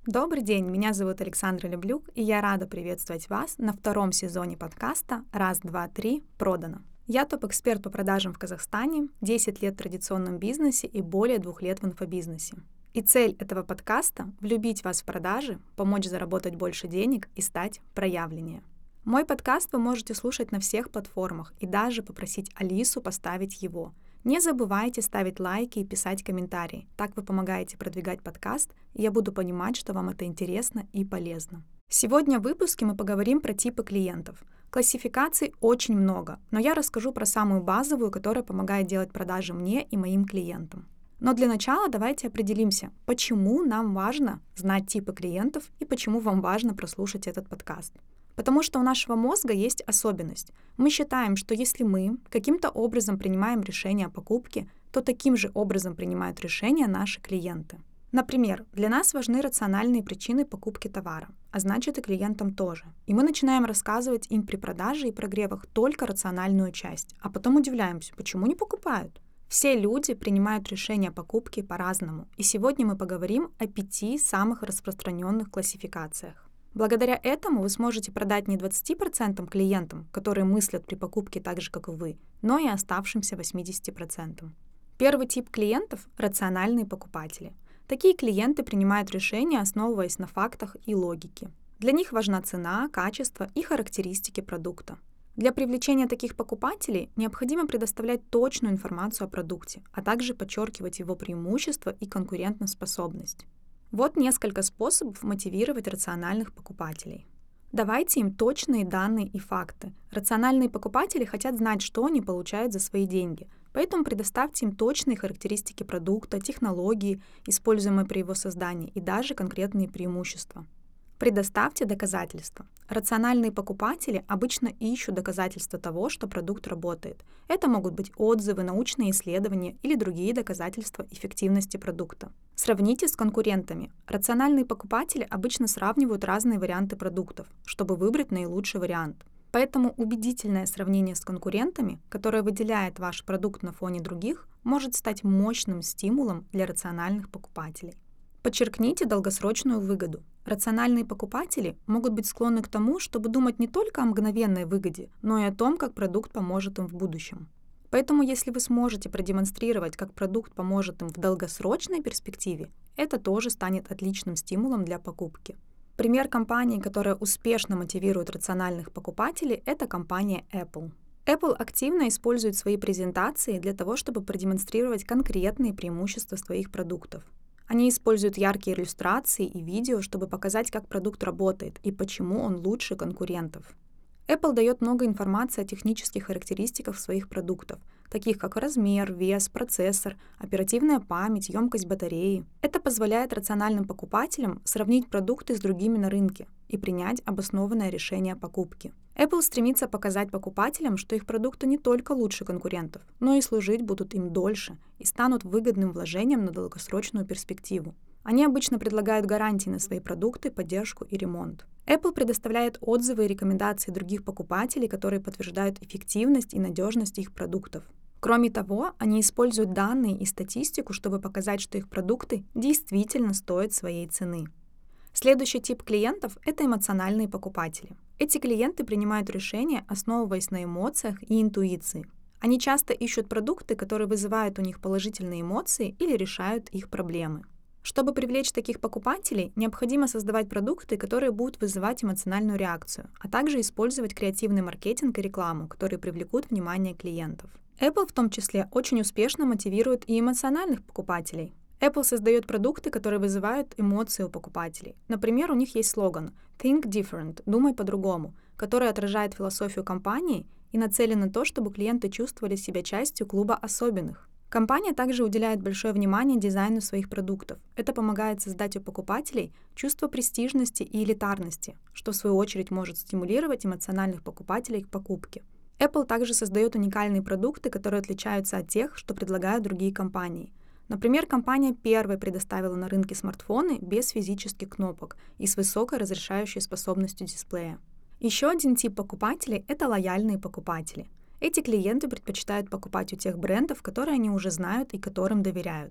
Добрый день, меня зовут Александра Люблюк, и я рада приветствовать вас на втором сезоне подкаста «Раз, два, три. Продано». Я топ-эксперт по продажам в Казахстане, 10 лет в традиционном бизнесе и более 2 лет в инфобизнесе. И цель этого подкаста — влюбить вас в продажи, помочь заработать больше денег и стать проявленнее. Мой подкаст вы можете слушать на всех платформах и даже попросить Алису поставить его. Не забывайте ставить лайки и писать комментарии. Так вы помогаете продвигать подкаст, и я буду понимать, что вам это интересно и полезно. Сегодня в выпуске мы поговорим про типы клиентов. Классификаций очень много, но я расскажу про самую базовую, которая помогает делать продажи мне и моим клиентам. Но для начала давайте определимся, почему нам важно знать типы клиентов и почему вам важно прослушать этот подкаст. Потому что у нашего мозга есть особенность. Мы считаем, что если мы каким-то образом принимаем решение о покупке, то таким же образом принимают решения наши клиенты. Например, для нас важны рациональные причины покупки товара, а значит и клиентам тоже. И мы начинаем рассказывать им при продаже и прогревах только рациональную часть, а потом удивляемся, почему не покупают. Все люди принимают решения о покупке по-разному, и сегодня мы поговорим о 5 самых распространенных классификациях. Благодаря этому вы сможете продать не 20% клиентам, которые мыслят при покупке так же, как и вы, но и оставшимся 80%. Первый тип клиентов — рациональные покупатели. Такие клиенты принимают решения, основываясь на фактах и логике. Для них важна цена, качество и характеристики продукта. Для привлечения таких покупателей необходимо предоставлять точную информацию о продукте, а также подчеркивать его преимущества и конкурентоспособность. Вот несколько способов мотивировать рациональных покупателей. Давайте им точные данные и факты. Рациональные покупатели хотят знать, что они получают за свои деньги, поэтому предоставьте им точные характеристики продукта, технологии, используемые при его создании, и даже конкретные преимущества. Предоставьте доказательства. Рациональные покупатели обычно ищут доказательства того, что продукт работает. Это могут быть отзывы, научные исследования или другие доказательства эффективности продукта. Сравните с конкурентами. Рациональные покупатели обычно сравнивают разные варианты продуктов, чтобы выбрать наилучший вариант. Поэтому убедительное сравнение с конкурентами, которое выделяет ваш продукт на фоне других, может стать мощным стимулом для рациональных покупателей. Подчеркните долгосрочную выгоду. Рациональные покупатели могут быть склонны к тому, чтобы думать не только о мгновенной выгоде, но и о том, как продукт поможет им в будущем. Поэтому, если вы сможете продемонстрировать, как продукт поможет им в долгосрочной перспективе, это тоже станет отличным стимулом для покупки. Пример компании, которая успешно мотивирует рациональных покупателей, это компания Apple. Apple активно использует свои презентации для того, чтобы продемонстрировать конкретные преимущества своих продуктов. Они используют яркие иллюстрации и видео, чтобы показать, как продукт работает и почему он лучше конкурентов. Apple дает много информации о технических характеристиках своих продуктов, таких как размер, вес, процессор, оперативная память, емкость батареи. Это позволяет рациональным покупателям сравнить продукты с другими на рынке и принять обоснованное решение о покупке. Apple стремится показать покупателям, что их продукты не только лучше конкурентов, но и служить будут им дольше и станут выгодным вложением на долгосрочную перспективу. Они обычно предлагают гарантии на свои продукты, поддержку и ремонт. Apple предоставляет отзывы и рекомендации других покупателей, которые подтверждают эффективность и надежность их продуктов. Кроме того, они используют данные и статистику, чтобы показать, что их продукты действительно стоят своей цены. Следующий тип клиентов — это эмоциональные покупатели. Эти клиенты принимают решения, основываясь на эмоциях и интуиции. Они часто ищут продукты, которые вызывают у них положительные эмоции или решают их проблемы. Чтобы привлечь таких покупателей, необходимо создавать продукты, которые будут вызывать эмоциональную реакцию, а также использовать креативный маркетинг и рекламу, которые привлекут внимание клиентов. Apple в том числе очень успешно мотивирует и эмоциональных покупателей. Apple создает продукты, которые вызывают эмоции у покупателей. Например, у них есть слоган «Think different» — «Думай по-другому», который отражает философию компании и нацелен на то, чтобы клиенты чувствовали себя частью клуба особенных. Компания также уделяет большое внимание дизайну своих продуктов. Это помогает создать у покупателей чувство престижности и элитарности, что в свою очередь может стимулировать эмоциональных покупателей к покупке. Apple также создает уникальные продукты, которые отличаются от тех, что предлагают другие компании. Например, компания первой предоставила на рынке смартфоны без физических кнопок и с высокой разрешающей способностью дисплея. Еще один тип покупателей — это лояльные покупатели. Эти клиенты предпочитают покупать у тех брендов, которые они уже знают и которым доверяют.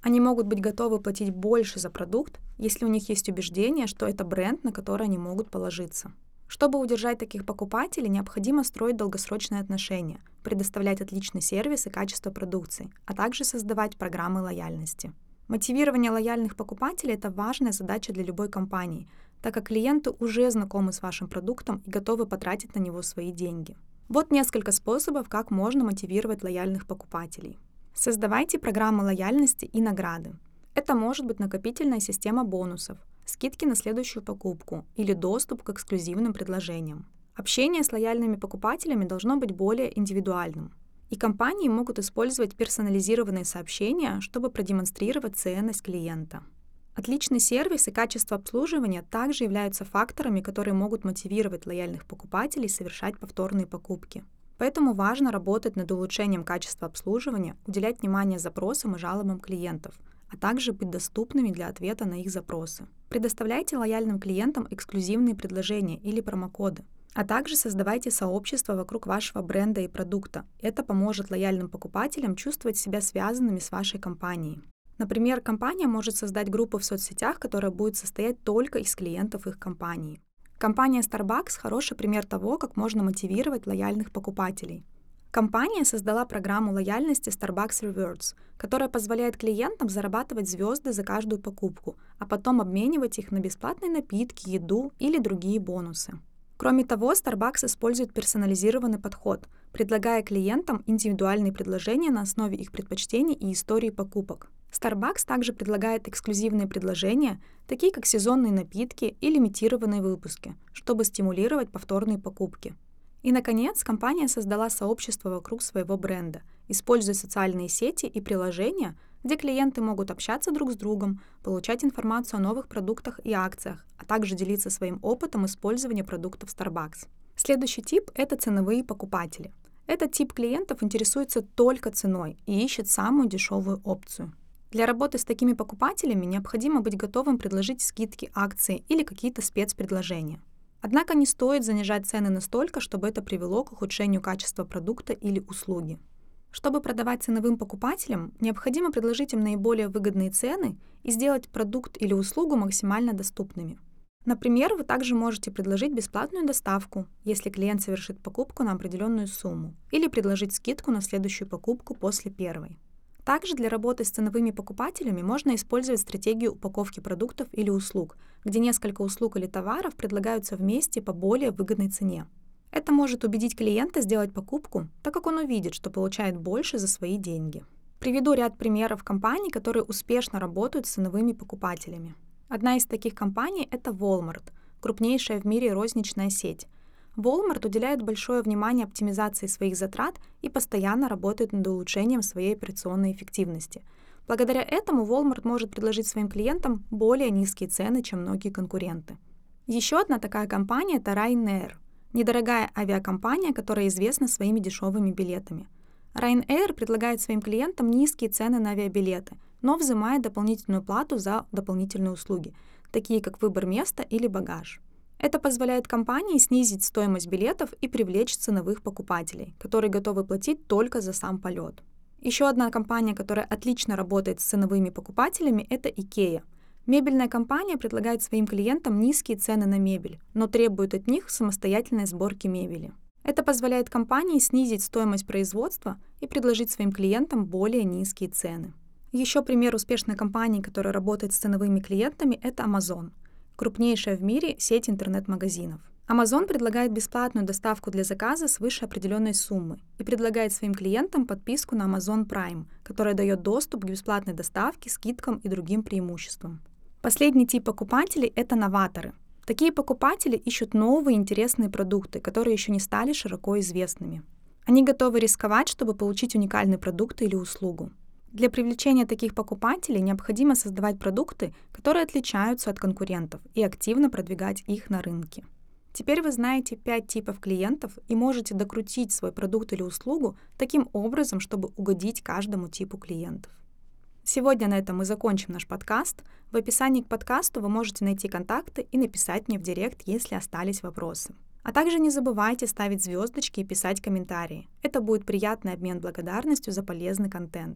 Они могут быть готовы платить больше за продукт, если у них есть убеждение, что это бренд, на который они могут положиться. Чтобы удержать таких покупателей, необходимо строить долгосрочные отношения, предоставлять отличный сервис и качество продукции, а также создавать программы лояльности. Мотивирование лояльных покупателей — это важная задача для любой компании, так как клиенты уже знакомы с вашим продуктом и готовы потратить на него свои деньги. Вот несколько способов, как можно мотивировать лояльных покупателей. Создавайте программы лояльности и награды. Это может быть накопительная система бонусов, скидки на следующую покупку или доступ к эксклюзивным предложениям. Общение с лояльными покупателями должно быть более индивидуальным. И компании могут использовать персонализированные сообщения, чтобы продемонстрировать ценность клиента. Отличный сервис и качество обслуживания также являются факторами, которые могут мотивировать лояльных покупателей совершать повторные покупки. Поэтому важно работать над улучшением качества обслуживания, уделять внимание запросам и жалобам клиентов, а также быть доступными для ответа на их запросы. Предоставляйте лояльным клиентам эксклюзивные предложения или промокоды, а также создавайте сообщество вокруг вашего бренда и продукта. Это поможет лояльным покупателям чувствовать себя связанными с вашей компанией. Например, компания может создать группу в соцсетях, которая будет состоять только из клиентов их компании. Компания Starbucks — хороший пример того, как можно мотивировать лояльных покупателей. Компания создала программу лояльности Starbucks Rewards, которая позволяет клиентам зарабатывать звезды за каждую покупку, а потом обменивать их на бесплатные напитки, еду или другие бонусы. Кроме того, Starbucks использует персонализированный подход, предлагая клиентам индивидуальные предложения на основе их предпочтений и истории покупок. Starbucks также предлагает эксклюзивные предложения, такие как сезонные напитки и лимитированные выпуски, чтобы стимулировать повторные покупки. И, наконец, компания создала сообщество вокруг своего бренда, используя социальные сети и приложения, где клиенты могут общаться друг с другом, получать информацию о новых продуктах и акциях, а также делиться своим опытом использования продуктов Starbucks. Следующий тип — это ценовые покупатели. Этот тип клиентов интересуется только ценой и ищет самую дешевую опцию. Для работы с такими покупателями необходимо быть готовым предложить скидки, акции или какие-то спецпредложения. Однако не стоит занижать цены настолько, чтобы это привело к ухудшению качества продукта или услуги. Чтобы продавать ценовым покупателям, необходимо предложить им наиболее выгодные цены и сделать продукт или услугу максимально доступными. Например, вы также можете предложить бесплатную доставку, если клиент совершит покупку на определенную сумму, или предложить скидку на следующую покупку после первой. Также для работы с ценовыми покупателями можно использовать стратегию упаковки продуктов или услуг, где несколько услуг или товаров предлагаются вместе по более выгодной цене. Это может убедить клиента сделать покупку, так как он увидит, что получает больше за свои деньги. Приведу ряд примеров компаний, которые успешно работают с ценовыми покупателями. Одна из таких компаний — это Walmart, крупнейшая в мире розничная сеть. Walmart уделяет большое внимание оптимизации своих затрат и постоянно работает над улучшением своей операционной эффективности. Благодаря этому Walmart может предложить своим клиентам более низкие цены, чем многие конкуренты. Еще одна такая компания — это Ryanair, недорогая авиакомпания, которая известна своими дешевыми билетами. Ryanair предлагает своим клиентам низкие цены на авиабилеты, но взимает дополнительную плату за дополнительные услуги, такие как выбор места или багаж. Это позволяет компании снизить стоимость билетов и привлечь ценовых покупателей, которые готовы платить только за сам полет. Еще одна компания, которая отлично работает с ценовыми покупателями, это IKEA. Мебельная компания предлагает своим клиентам низкие цены на мебель, но требует от них самостоятельной сборки мебели. Это позволяет компании снизить стоимость производства и предложить своим клиентам более низкие цены. Еще пример успешной компании, которая работает с ценовыми клиентами, это Amazon. Крупнейшая в мире сеть интернет-магазинов. Amazon предлагает бесплатную доставку для заказа свыше определенной суммы и предлагает своим клиентам подписку на Amazon Prime, которая дает доступ к бесплатной доставке, скидкам и другим преимуществам. Последний тип покупателей — это новаторы. Такие покупатели ищут новые интересные продукты, которые еще не стали широко известными. Они готовы рисковать, чтобы получить уникальный продукт или услугу. Для привлечения таких покупателей необходимо создавать продукты, которые отличаются от конкурентов, и активно продвигать их на рынке. Теперь вы знаете 5 типов клиентов и можете докрутить свой продукт или услугу таким образом, чтобы угодить каждому типу клиентов. Сегодня на этом мы закончим наш подкаст. В описании к подкасту вы можете найти контакты и написать мне в директ, если остались вопросы. А также не забывайте ставить звездочки и писать комментарии. Это будет приятный обмен благодарностью за полезный контент.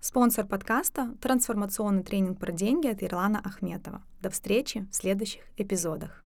Спонсор подкаста — трансформационный тренинг про деньги от Ирлана Ахметова. До встречи в следующих эпизодах.